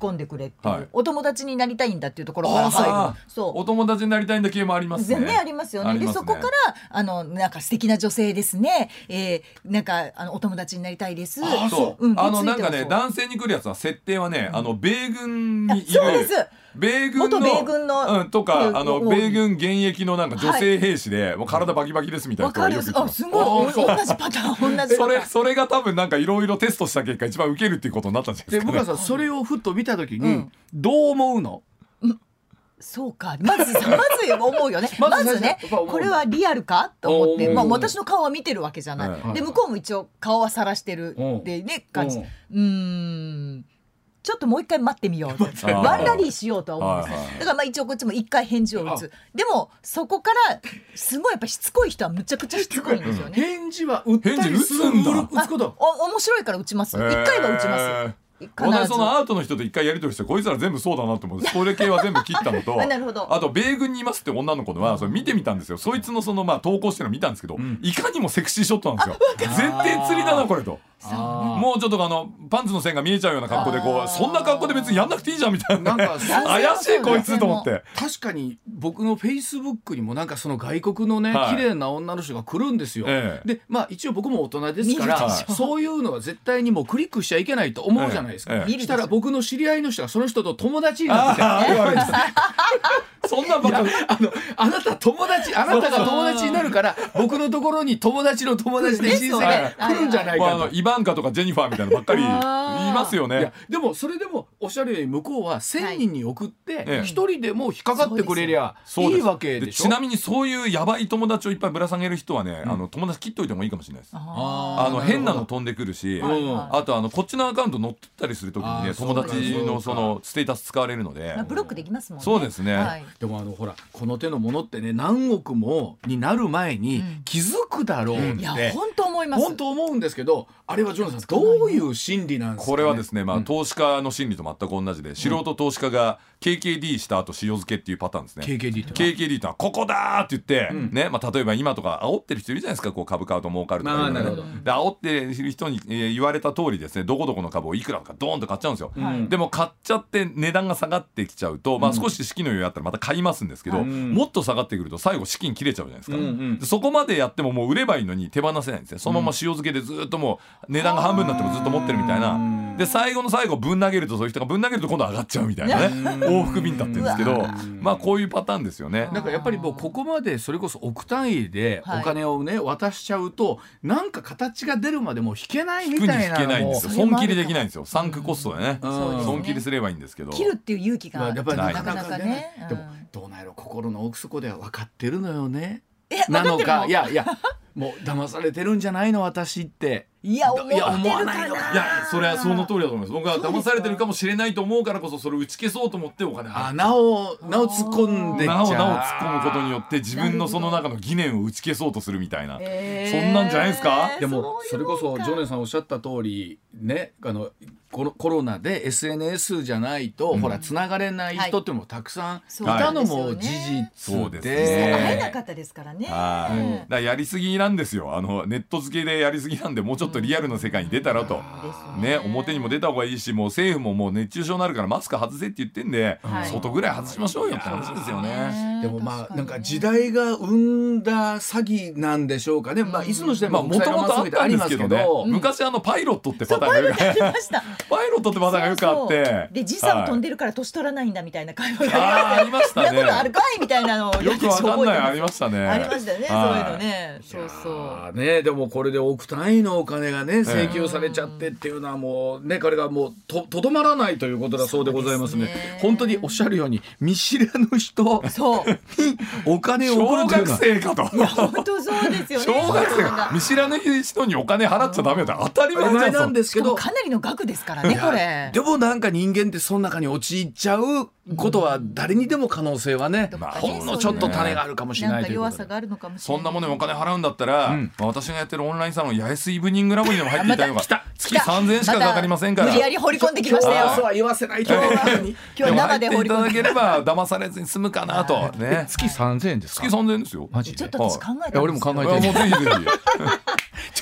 ねっていう、お友達になりたいんだっていうところから入る。 そう、お友達になりたいんだ系もありますね。 ありますよね。でそこからなんか素敵な女性ですね、なんかお友達になりたいです。 そう、なんかね、男性に来るやつは設定はね、米軍にいる、 そうです、 米軍の元米軍の、 とか米軍現役のなんか女性兵士で、もう体バキバキですみたいな人がよくいます。 すごい同じパターン、同じパターン。 それが多分なんかいろいろテストした結果一番受けるっていうことになったんじゃないですかね。 で僕はさ、それをふっと見た時にどう思うの？ そうか、まず思うよね。まずね、これはリアルかと思って、私の顔は見てるわけじゃない。で向こうも一応顔は晒してるってね感じ。ちょっともう一回待ってみようと、ワンラリーしようとは思うんです。だから一応こっちも一回返事を打つ。でもそこからすごいやっぱしつこい人はむちゃくちゃしつこいんですよね。 返事は打ったりするんだ。打つこと。 面白いから打ちます。一回は打ちます。 私そのアートの人と一回やり取りして、こいつら全部そうだなと思って、それ系は全部切ったのとあと米軍にいますって女の子のはそれ見てみたんですよ。そいつの投稿してるの見たんですけど、いかにもセクシーショットなんですよ。絶対釣りだなこれと。もうちょっとパンツの線が見えちゃうような格好でそんな格好で別にやんなくていいじゃんみたいな、怪しいこいつと思って。 確かに僕のフェイスブックにもなんかその外国のね、綺麗な女の人が来るんですよ。で一応僕も大人ですから、そういうのは絶対にもうクリックしちゃいけないと思うじゃないですか。したら僕の知り合いの人がその人と友達になってそんなバカあなたが友達になるから僕のところに友達の友達で申請が来るんじゃないかと。 イバンカとかジェニファーみたいなばっかり言いますよね。 でもそれでもおっしゃるように向こうは1000人に送って一人でも引っかかってくれりゃいいわけでしょ。 ちなみにそういうやばい友達をいっぱいぶら下げる人はね、友達切っといてもいいかもしれないです。変なの飛んでくるし、あとこっちのアカウント乗ってたりするときにね、友達のそのステータス使われるのでブロックできますもんね。 そうですね。 でもほらこの手のものってね、何億もになる前に気づくだろうって、 いや本当思います。 本当思うんですけど、あれはジョナさんどういう心理なんですかね。 これはですね、投資家の心理と全く同じで、素人投資家が KKD した後塩漬けっていうパターンですね。 KKD ってのはここだって言ってね、例えば今とか煽ってる人いるじゃないですか、株買うと儲かるとか、で煽ってる人に言われた通りですね、どこどこの株をいくらかドーンと買っちゃうんですよ。でも買っちゃって値段が下がってきちゃうと、少し資金の余裕あったらまた買いますんですけど、もっと下がってくると最後資金切れちゃうじゃないですか。でそこまでやってももう売ればいいのに手放せないんですね。そのまま塩漬けでずっともう値段が半分になってもずっと持ってるみたいな。で最後の最後ぶん投げると、そういう人がぶん投げると今度上がっちゃうみたいなね往復便だってるんですけど、こういうパターンですよね。 なんかやっぱりもうここまでそれこそ億単位でお金をね渡しちゃうと、なんか形が出るまでも引けないみたいな。 引けないんですよ。損切りできないんですよ。サンクコストでね、損切りすればいいんですけど、 切るっていう勇気がやっぱりなかなかね。 でもどうなんやろ、心の奥底では分かってるのよね。なのか、いやもう騙されてるんじゃないの私って。 いや思わないのか。 いやそれはその通りだと思います。僕は騙されてるかもしれないと思うからこそ、それを打ち消そうと思ってお金払う。 なお突っ込んでなお突っ込むことによって自分のその中の疑念を打ち消そうとするみたいな、そんなんじゃないですか。 でもそれこそジョネさんおっしゃった通りね、コロナで SNS じゃないと、ほらつながれない人ってもたくさんいたのも事実で、 会えなかったですからね。 だからやりすぎなんですよ。ネット付けでやりすぎなんで、もうちょっとリアルの世界に出たらと、表にも出た方がいいし、もう政府ももう熱中症になるからマスク外せって言ってんで、外ぐらい外しましょうよって話ですよね。 でもなんか時代が生んだ詐欺なんでしょうかね。いつの時代ももともとあったんですけどね。昔パイロットってパターンがよくパイロットってパターンがよくあって、 で時差を飛んでるから年取らないんだみたいな会話がありましたね。 そんなことあるかいみたいなのをよくわかんない、ありましたね。 ありましたね、そういうのね。そうね。でもこれで億単位のお金がね請求されちゃってっていうのはもうね、彼がもうとどまらないということだそうでございますね。本当におっしゃるように見知らぬ人にお金を送るというのは、 小学生かと。 いや本当そうですよね。 小学生見知らぬ人にお金払っちゃダメだ、当たり前なんですけど、 かなりの額ですからねこれ。 でもなんか人間ってその中に陥っちゃうことは誰にでも可能性はね、ほんのちょっと種があるかもしれないということで、 なんか弱さがあるのかもしれない。 そんなものにお金払うんだったら、私がやってるオンラインサロン八重洲イブニングラボにでも入っていたいのが月3000円しかかかりませんから、 無理やり掘り込んできましたよ。 今日は言わせないと今日は生で掘り込んでいただければ騙されずに済むかなとね。 月3000円ですか。 月3000円ですよ。 マジで。 ちょっと私考えたんですよ。 俺も考えてる。 もうぜひぜひ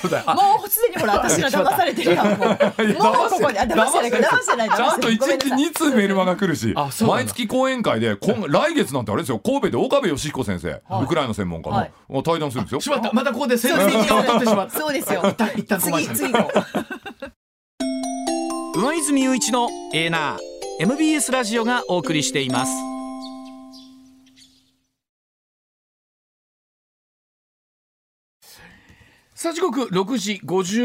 うすでにほら私が騙されてるやん。もうここに騙してないちゃんと1日2通メルマガ来るし、毎月講演会で来月なんてあれですよ、神戸で岡部義彦先生、ウクライナ専門家の対談するんですよ。 しまった、またここで先生に当たってしまった。 そうですよ。 一旦コマーシャル。 次行こう。上泉雄一のエーナー MBS ラジオがお送りしています。 さあ時刻6時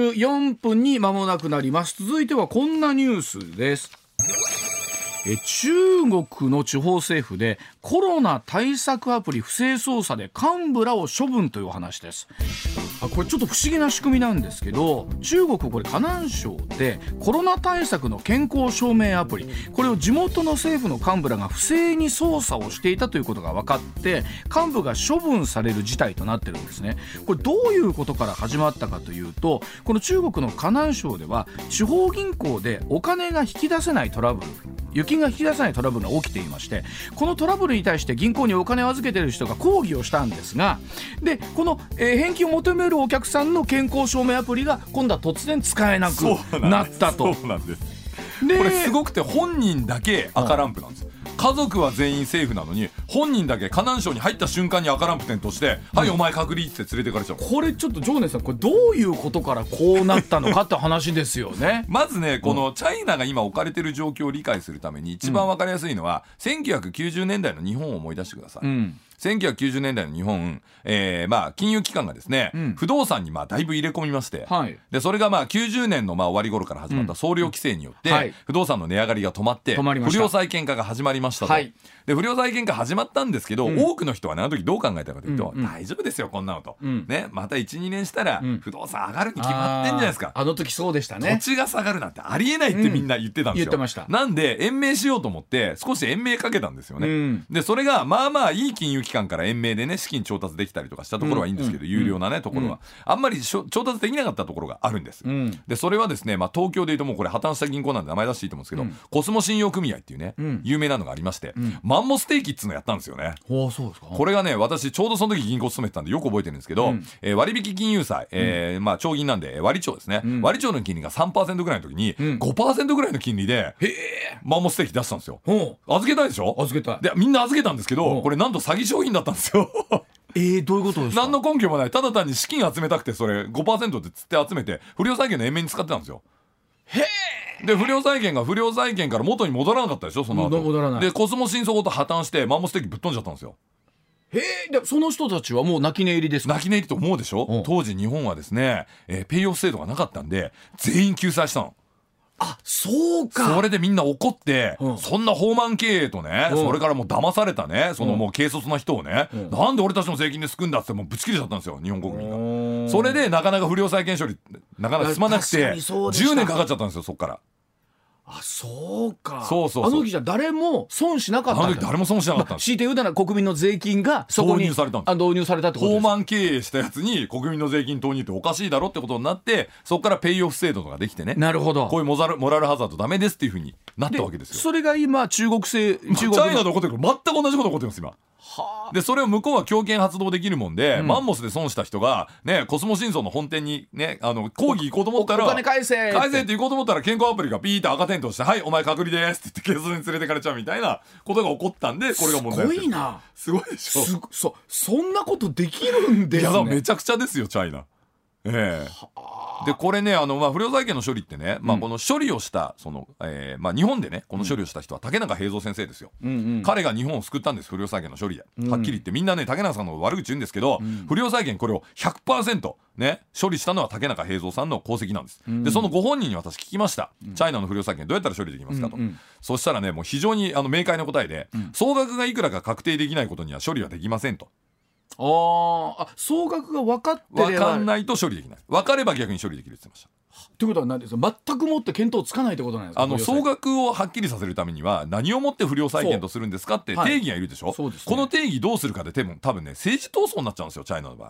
54分に間もなくなります。続いてはこんなニュースです。中国の地方政府でコロナ対策アプリ不正操作で幹部らを処分という話です。これちょっと不思議な仕組みなんですけど、中国これ河南省でコロナ対策の健康証明アプリ、これを地元の政府の幹部らが不正に操作をしていたということが分かって、幹部が処分される事態となってるんですね。これどういうことから始まったかというと、この中国の河南省では地方銀行でお金が引き出せないトラブル、預金が引き出せないトラブルが起きていまして、このトラブルに対して銀行にお金を預けている人が抗議をしたんですが、でこの、返金を求めるお客さんの健康証明アプリが今度は突然使えなくなったと。 そうなんです。これすごくて、本人だけ赤ランプなんです。家族は全員セーフなのに、本人だけ河南省に入った瞬間に赤ランプ点灯して、はい、お前隔離って連れてかれちゃう。 これちょっと常念さん、これどういうことからこうなったのかって話ですよね。 まずね、このチャイナが今置かれてる状況を理解するために一番わかりやすいのは、1990年代の日本を思い出してください。1990年代の日本、金融機関がですね、不動産にだいぶ入れ込みまして、でそれが90年の終わり頃から始まった総量規制によって、不動産の値上がりが止まって不良債権化が始まりましたと。で不良債権化始まったんですけど、多くの人はね、あの時どう考えたかというと、大丈夫ですよこんなのと、ね、また 1,2 年したら不動産上がるに決まってんじゃないですか。 あの時そうでしたね。 土地が下がるなんてありえないってみんな言ってたんですよ。 言ってました。 なんで延命しようと思って少し延命かけたんですよね。でそれがいい金融機関から延命でね、資金調達できたりとかしたところはいいんですけど、有料なねところはあんまり調達できなかったところがあるんです。でそれはですね、東京でいうともうこれ破綻した銀行なんで名前出していいと思うんですけど、コスモ信用組合っていうね、有名なのがありまして、マンモステーキっつうのやったんですよね。 そうですか。 これがね、私ちょうどその時銀行勤めてたんでよく覚えてるんですけど、割引金融債、長銀なんで割帳ですね、割帳の金利が 3% ぐらいの時に、5% ぐらいの金利でマンモステーキ出したんですよ。預けたいでしょ。 預けたい。 でみんな預けたんですけど、これなんと詐欺商品だったんですよ。 どういうことですか。 何の根拠もない、ただ単に資金集めたくてそれ 5% でつって集めて不良債権の延命に使ってたんですよ。で不良債権が不良債権から元に戻らなかったでしょ、その後。 戻らない。 でコスモ信送ごと破綻してマンモステーキぶっ飛んじゃったんですよ。 でその人たちはもう泣き寝入りですか。 泣き寝入りと思うでしょ。当時日本はですね、ペイオフ制度がなかったんで全員救済したの。 そうか。 それでみんな怒って、そんな放漫経営とね、それからもう騙されたね、そのもう軽率な人をね、なんで俺たちの税金で救うんだってもうぶち切れちゃったんですよ、日本国民が。それでなかなか不良債権処理なかなか進まなくて10年かかっちゃったんですよ、そっから。 そうか。 そうあの時じゃ誰も損しなかった。 あの時誰も損しなかったんです。 強いて言うなら国民の税金がそこに導入されたんです。 導入されたってことです。 放漫経営したやつに国民の税金投入っておかしいだろってことになって、そこからペイオフ制度とかできてね。 なるほど。 こういうモラルハザードダメですっていうふうになったわけですよ。 それが今中国チャイナで起こってる全く同じこと起こってるんです今。でそれを向こうは強権発動できるもんで、マンモスで損した人がね、コスモ信送の本店にね、抗議行こうと思ったらお金返せって行こうと思ったら健康アプリがピーって赤点灯して、はいお前隔離ですって言って警察に連れてかれちゃうみたいなことが起こったんで、これが問題です。 すごいな。 すごいでしょ。 そんなことできるんですね。 いやめちゃくちゃですよチャイナ。でこれね、不良債権の処理ってね、この処理をしたその、日本でねこの処理をした人は竹中平蔵先生ですよ。彼が日本を救ったんです、不良債権の処理で。はっきり言ってみんなね竹中さんの悪口言うんですけど、不良債権これを 100% ね処理したのは竹中平蔵さんの功績なんです。でそのご本人に私聞きました、チャイナの不良債権どうやったら処理できますかと。そしたらね、もう非常に明快な答えで、総額がいくらか確定できないことには処理はできませんと。 総額が分かってれば分かんないと処理できない、分かれば逆に処理できるって言ってました。 ということは何ですか、全くもって見当つかないってことなんですか。 総額をはっきりさせるためには何をもって不良債権とするんですかって定義がいるでしょ。この定義どうするかで多分ね政治闘争になっちゃうんですよチャイナの場合。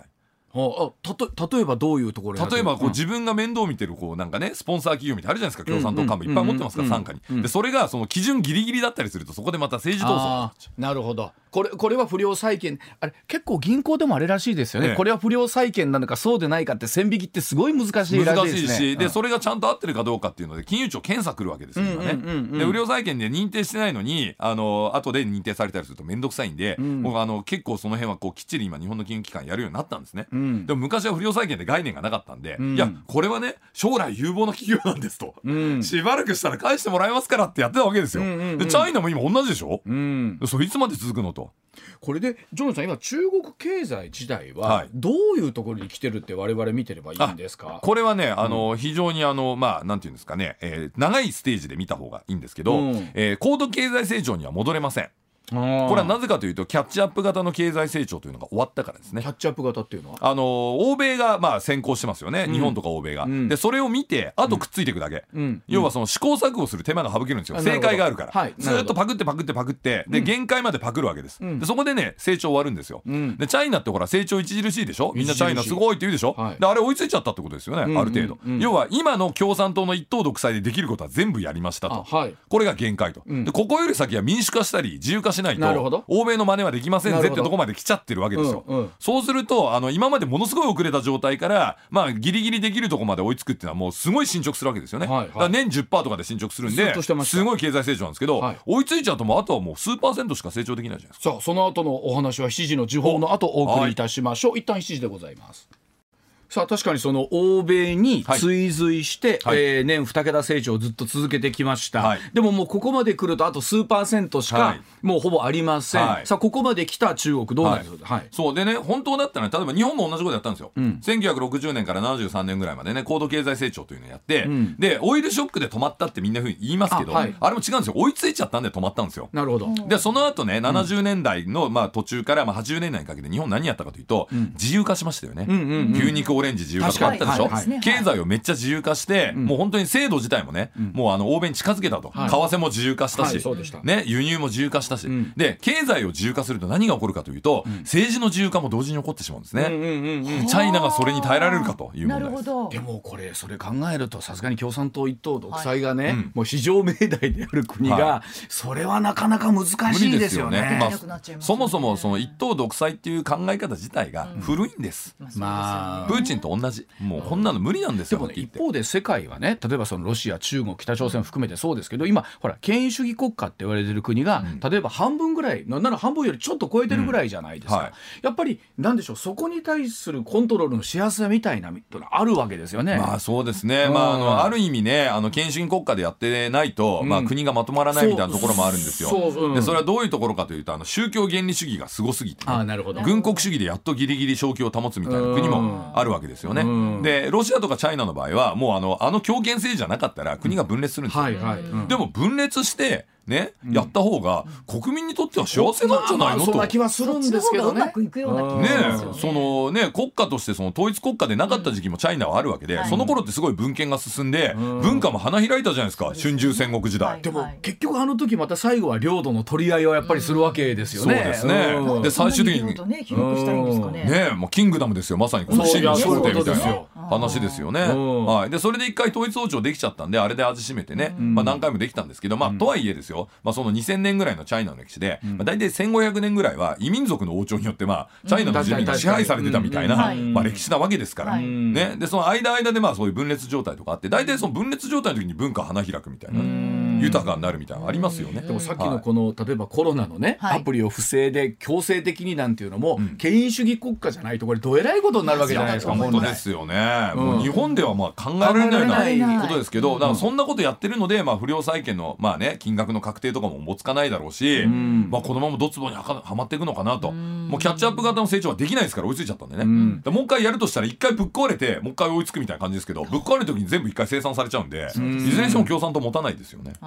例えばどういうところ例えば自分が面倒見てるなんかねスポンサー企業みたいなあるじゃないですか。共産党幹部いっぱい持ってますから傘下に。でそれがその基準ギリギリだったりするとそこでまた政治闘争。 なるほど。これは不良債権、あれ結構銀行でもあれらしいですよね。これは不良債権なのかそうでないかって線引きってすごい難しいらしいですね。 難しいし、でそれがちゃんと合ってるかどうかっていうので金融庁検査来るわけですよ今ね。で不良債権で認定してないのに後で認定されたりすると面倒くさいんで、結構その辺はきっちり今日本の金融機関やるようになったんですね。でも昔は不良債権で概念がなかったんで、いやこれはね将来有望な企業なんですと、しばらくしたら返してもらえますからってやってたわけですよ。でチャイナも今同じでしょ。それいつまで続くのと。 これでジョンさん今中国経済自体はどういうところに来てるって我々見てればいいんですか。 これはね非常になんていうんですかね、長いステージで見た方がいいんですけど、高度経済成長には戻れません。これはなぜかというとキャッチアップ型の経済成長というのが終わったからですね。 キャッチアップ型っていうのは欧米が先行してますよね、日本とか欧米が。でそれを見てあとくっついていくだけ、要はその試行錯誤する手間が省けるんですよ。正解があるから、ずっとパクってで限界までパクるわけです。でそこでね成長終わるんですよ。でチャイナってほら成長著しいでしょ。みんなチャイナすごいって言うでしょ。であれ追いついちゃったってことですよね、ある程度。要は今の共産党の一党独裁でできることは全部やりましたと、これが限界と。でここより先は民主化したり自由化しないと欧米の真似はできませんぜってとこまで来ちゃってるわけですよ。そうすると今までものすごい遅れた状態からギリギリできるとこまで追いつくっていうのはもうすごい進捗するわけですよね。だから年 10% とかで進捗するんですごい経済成長なんですけど、追いついちゃうともうあとはもう数%しか成長できないじゃないですか。 さあその後のお話は7時の時報の後お送りいたしましょう。一旦7時でございます。さあ確かにその欧米に追随して、年2桁成長をずっと続けてきました、でももうここまで来るとあと数%しかもうほぼありません、さあここまで来た中国どうなるんですか。 そうでね、本当だったら例えば日本も同じことやったんですよ、1960年から73年ぐらいまでね高度経済成長というのをやって、でオイルショックで止まったってみんなふうに言いますけど、あれも違うんですよ。追いついちゃったんで止まったんですよ。 なるほど。 でその後ね70年代の途中から80年代にかけて日本何やったかというと、自由化しましたよね。牛肉オレンジ自由化とかあったでしょ。経済をめっちゃ自由化して、もう本当に制度自体もね、もう欧米に近づけたと、為替も自由化したし、ね、輸入も自由化したし、で経済を自由化すると何が起こるかというと、政治の自由化も同時に起こってしまうんですね。チャイナがそれに耐えられるかという問題です。 でもそれ考えるとさすがに共産党一党独裁がね、もう至上命題である国が、それはなかなか難しいですよね。 そもそもその一党独裁っていう考え方自体が古いんです。プーチンと同じ、もうこんなの無理なんですよ。 でもね、一方で世界はね、例えばそのロシア、中国、北朝鮮含めてそうですけど、今ほら権威主義国家って言われてる国が、例えば半分ぐらい、なんなら半分よりちょっと超えてるぐらいじゃないですか、やっぱりなんでしょう、そこに対するコントロールのしやすさみたいなのあるわけですよね。 そうですね、ある意味ね、権威主義国家でやってないと、国がまとまらないみたいなところもあるんですよ。でそれはどういうところかというと、宗教原理主義がすごすぎて、軍国主義でやっとギリギリ正気を保つみたいな国もあるわけですよね。でロシアとかチャイナの場合はもう強権政治じゃなかったら国が分裂するんですよ。でも分裂してね、やった方が国民にとっては幸せなんじゃないのと、 そんな気はするんですけどね。 そのね、国家としてその統一国家でなかった時期もチャイナはあるわけで、その頃ってすごい文献が進んで、文化も花開いたじゃないですか、春秋戦国時代。 でも結局時また最後は領土の取り合いをやっぱりするわけですよね。 そうですね。で最終的にもうキングダムですよ、まさにこの真の皇帝みたいな話ですよね。でそれで一回統一王朝できちゃったんで、あれで味しめてね、何回もできたんですけど、とはいえですよ、その2000年ぐらいのチャイナの歴史で、大体1500年ぐらいは異民族の王朝によってチャイナの住民が支配されてたみたいな歴史なわけですから、ね。でその間でそういう分裂状態とかあって、大体その分裂状態の時に文化花開くみたいな、豊かになるみたいなのありますよね。 でもさっきのこの例えばコロナのね、アプリを不正で強制的になんていうのも、権威主義国家じゃないとこれどえらいことになるわけじゃないですか。 本当ですよね。もう日本では考えられないようなことですけど、だからそんなことやってるので、不良債権の金額の確定とかももつかないだろうし、このままドツボにはまっていくのかなと。もうキャッチアップ型の成長はできないですから、追いついちゃったんでね。もう一回やるとしたら一回ぶっ壊れてもう一回追いつくみたいな感じですけど、ぶっ壊れる時に全部一回生産されちゃうんで、いずれにしても共産党持たないですよね。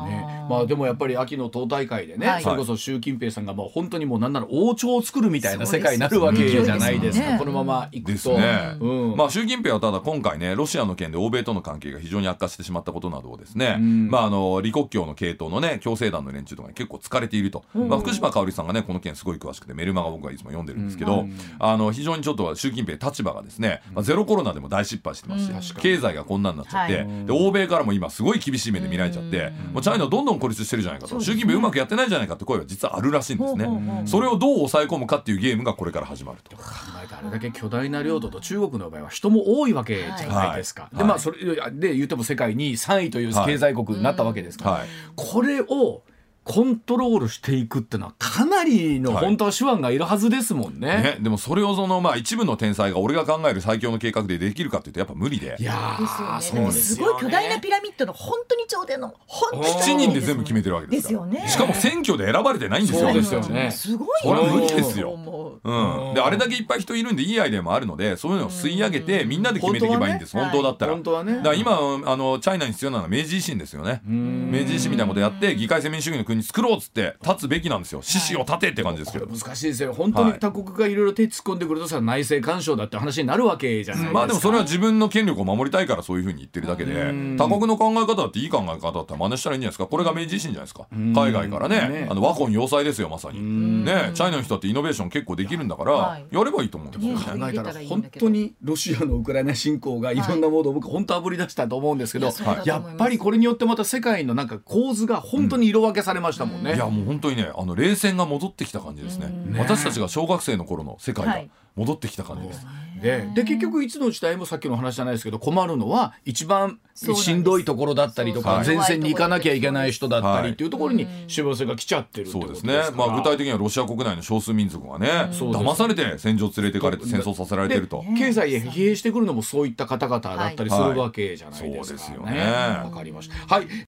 まあでもやっぱり秋の党大会でね、それこそ習近平さんがもう本当にもうなんなら王朝を作るみたいな世界になるわけじゃないですか、このままいくと。 まあ習近平はただ今回ねロシアの件で欧米との関係が非常に悪化してしまったことなどをですね、まあ李克強の系統のね共青団の連中とかに結構疲れていると、まあ福島香織さんがねこの件すごい詳しくてメルマガ僕はいつも読んでるんですけど、非常にちょっと習近平立場がですね、ゼロコロナでも大失敗してますし、経済がこんなになっちゃって、で欧米からも今すごい厳しい目で見られちゃって、もうチャイナどんどん孤立してるじゃないかと、習近平うまくやってないじゃないかって声が実はあるらしいんですね。それをどう抑え込むかっていうゲームがこれから始まると。 考えてあれだけ巨大な領土と中国の場合は人も多いわけじゃないですか、でまあそれで言っても世界に3位という経済国になったわけですから、これをコントロールしていくってのはかなりの本当は手腕がいるはずですもんね。 でもそれをまあ一部の天才が俺が考える最強の計画でできるかっていうとやっぱ無理で。 いやですよね。すごい巨大なピラミッドの本当に頂点の 7人で全部決めてるわけですから。 ですよね。 しかも選挙で選ばれてないんですよ。 そうですよね。 すごい。 これは無理ですよ。であれだけいっぱい人いるんでいいアイデアもあるので、そういうのを吸い上げてみんなで決めていけばいいんです。本当だったら。 本当はね。 だから今チャイナに必要なのは明治維新ですよね。明治維新みたいなことやって議会制民主主義の国作ろうっつって立つべきなんですよ。志士を立てって感じですけど、 難しいですよ。本当に他国がいろいろ手突っ込んでくるとさ、内政干渉だって話になるわけじゃないですか。 まあでもそれは自分の権力を守りたいからそういうふうに言ってるだけで、他国の考え方だっていい考え方だったら真似したらいいんじゃないですか。これが明治維新じゃないですか。海外からね、和魂要塞ですよまさにね。チャイナの人ってイノベーション結構できるんだからやればいいと思うんですよね。 考えたら本当にロシアのウクライナ侵攻がいろんなモードを僕本当あぶり出したと思うんですけど、やっぱりこれによってまた世界のなんか構図が本当に色分けされましたもんね。 いやもう本当にね冷戦が戻ってきた感じですね。私たちが小学生の頃の世界が戻ってきた感じです。 で結局いつの時代もさっきの話じゃないですけど、困るのは一番しんどいところだったりとか前線に行かなきゃいけない人だったりっていうところにしわ寄せが来ちゃってるってことですから。 そうですね。まあ具体的にはロシア国内の少数民族がね騙されて戦場連れてかれて戦争させられてると、 経済へ疲弊してくるのもそういった方々だったりするわけじゃないですかね。 そうですよね。 わかりました。はい。